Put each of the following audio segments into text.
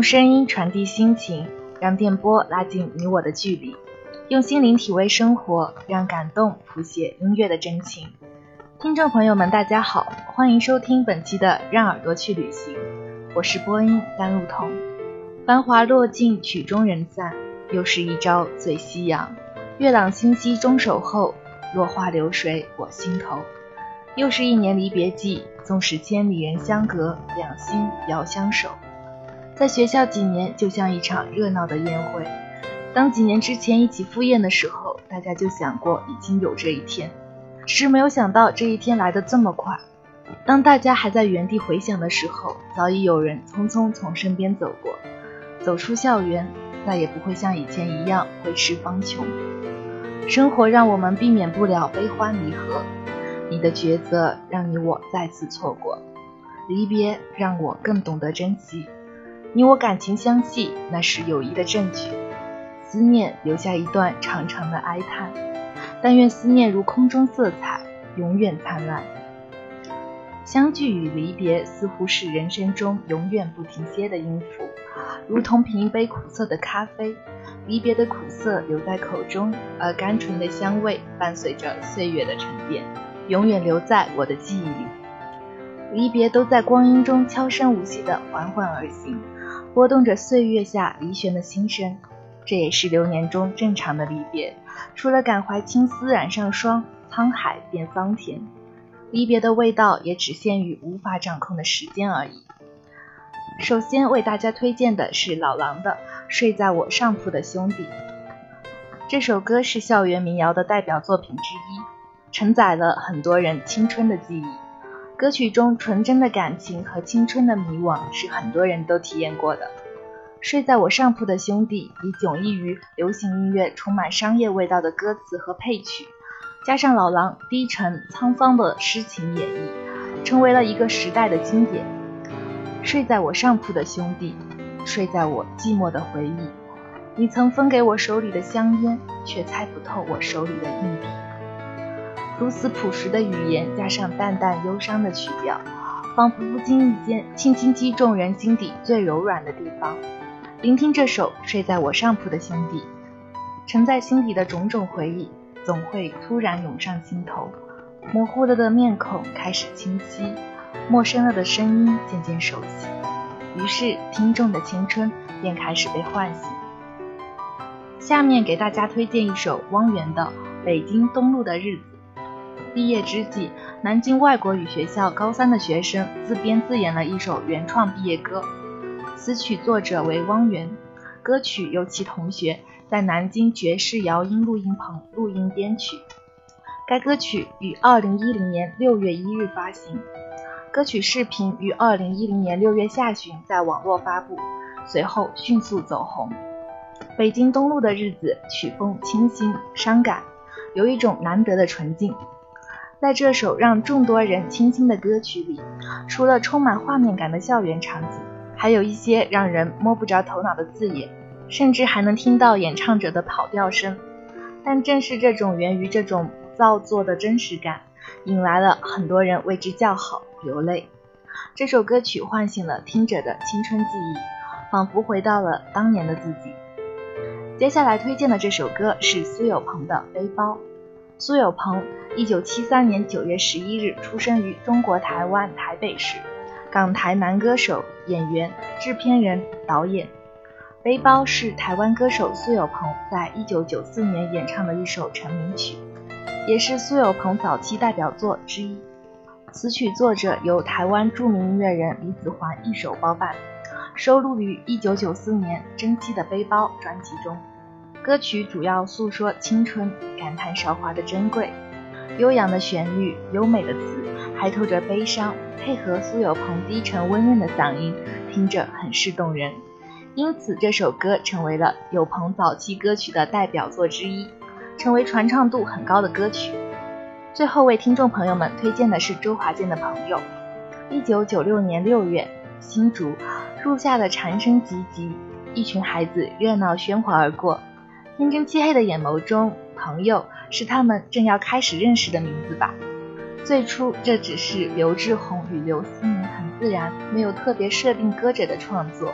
用声音传递心情，让电波拉近你我的距离，用心灵体味生活，让感动谱写音乐的真情。听众朋友们大家好，欢迎收听本期的让耳朵去旅行，我是播音甘露彤。繁华落尽曲终人散，又是一朝醉夕阳。月朗星稀终守候，落花流水我心头。又是一年离别季，纵使千里人相隔，两心遥相守。在学校几年就像一场热闹的宴会，当几年之前一起赴宴的时候，大家就想过已经有这一天，只是没有想到这一天来得这么快。当大家还在原地回想的时候，早已有人匆匆从身边走过，走出校园，再也不会像以前一样挥斥方遒。生活让我们避免不了悲欢离合，你的抉择让你我再次错过，离别让我更懂得珍惜。你我感情相系，那是友谊的证据。思念留下一段长长的哀叹，但愿思念如空中色彩，永远灿烂。相聚与离别似乎是人生中永远不停歇的音符，如同品一杯苦涩的咖啡，离别的苦涩留在口中，而甘醇的香味伴随着岁月的沉淀，永远留在我的记忆里。离别都在光阴中悄声无息地缓缓而行，拨动着岁月下离弦的心声。这也是流年中正常的离别，除了感怀青丝染上霜，沧海变桑田。离别的味道也只限于无法掌控的时间而已。首先为大家推荐的是老狼的《睡在我上铺的兄弟》。这首歌是校园民谣的代表作品之一，承载了很多人青春的记忆。歌曲中纯真的感情和青春的迷惘是很多人都体验过的。睡在我上铺的兄弟以迥异于流行音乐充满商业味道的歌词和配曲，加上老狼低沉沧桑的诗情演绎，成为了一个时代的经典。睡在我上铺的兄弟，睡在我寂寞的回忆，你曾分给我手里的香烟，却猜不透我手里的硬币。如此朴实的语言加上淡淡忧伤的曲调，仿佛不经意间轻轻击中人心底最柔软的地方。聆听这首睡在我上铺的兄弟，沉在心底的种种回忆总会突然涌上心头，模糊了的面孔开始清晰，陌生了的声音渐渐熟悉，于是听众的青春便开始被唤醒。下面给大家推荐一首汪源的《北京东路的日子》。毕业之际，南京外国语学校高3的学生自编自演了一首原创毕业歌，词曲作者为汪源，歌曲由其同学在南京爵士摇音录音棚录音编曲。该歌曲于2010年6月1日发行，歌曲视频于2010年6月下旬在网络发布，随后迅速走红。北京东路的日子曲风清新伤感，有一种难得的纯净。在这首让众多人倾心的歌曲里，除了充满画面感的校园场景，还有一些让人摸不着头脑的字眼，甚至还能听到演唱者的跑调声。但正是这种源于这种不造作的真实感，引来了很多人为之叫好流泪。这首歌曲唤醒了听者的青春记忆，仿佛回到了当年的自己。接下来推荐的这首歌是苏有朋的《背包》。苏有朋1973年9月11日出生于中国台湾台北市，港台男歌手、演员、制片人、导演。背包是台湾歌手苏有朋在1994年演唱的一首成名曲，也是苏有朋早期代表作之一。词曲作者由台湾著名音乐人李子环一手包办，收录于1994年《蒸汽的背包》专辑中。歌曲主要诉说青春，感叹韶华的珍贵。悠扬的旋律，优美的词，还透着悲伤，配合苏有朋低沉温润的嗓音，听着很是动人。因此这首歌成为了有朋早期歌曲的代表作之一，成为传唱度很高的歌曲。最后为听众朋友们推荐的是周华健的《朋友》。1996年6月，新竹入夏的蝉声唧唧，一群孩子热闹喧哗而过，天真漆黑的眼眸中，朋友是他们正要开始认识的名字吧。最初这只是刘志宏与刘思宁很自然没有特别设定歌者的创作，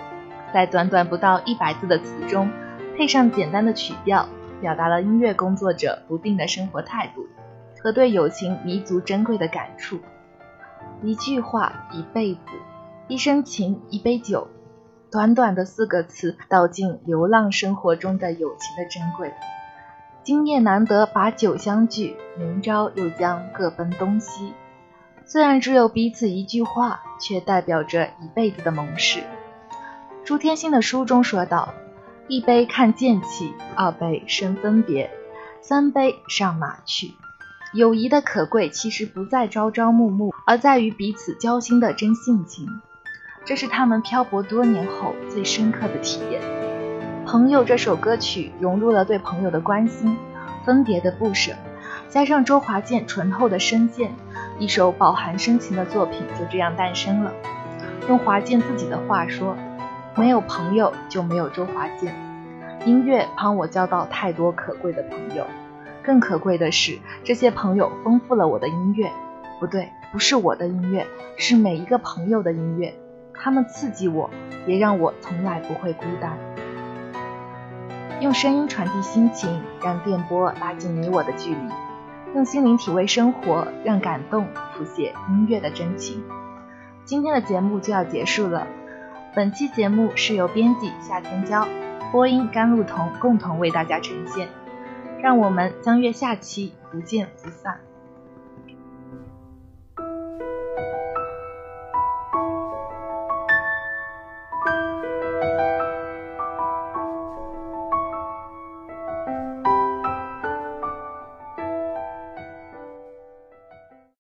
在短短不到100字的词中，配上简单的曲调，表达了音乐工作者不变的生活态度和对友情弥足珍贵的感触。一句话，一辈子；一生情，一杯酒。短短的4个词，道尽流浪生活中的友情的珍贵。今夜难得把酒相聚，明朝又将各奔东西。虽然只有彼此一句话，却代表着一辈子的盟誓。朱天心的书中说道：1杯看剑气，2杯生分别，3杯上马去。友谊的可贵其实不在朝朝暮暮，而在于彼此交心的真性情。这是他们漂泊多年后最深刻的体验。朋友这首歌曲融入了对朋友的关心，分别的不舍，加上周华健醇厚的声线，一首饱含深情的作品就这样诞生了。用华健自己的话说，没有朋友就没有周华健。音乐帮我交到太多可贵的朋友，更可贵的是，这些朋友丰富了我的音乐。不对，不是我的音乐，是每一个朋友的音乐。他们刺激我，也让我从来不会孤单。用声音传递心情，让电波拉近你我的距离；用心灵体味生活，让感动谱写音乐的真情。今天的节目就要结束了，本期节目是由编辑夏天娇、播音甘露彤共同为大家呈现。让我们相约下期，不见不散。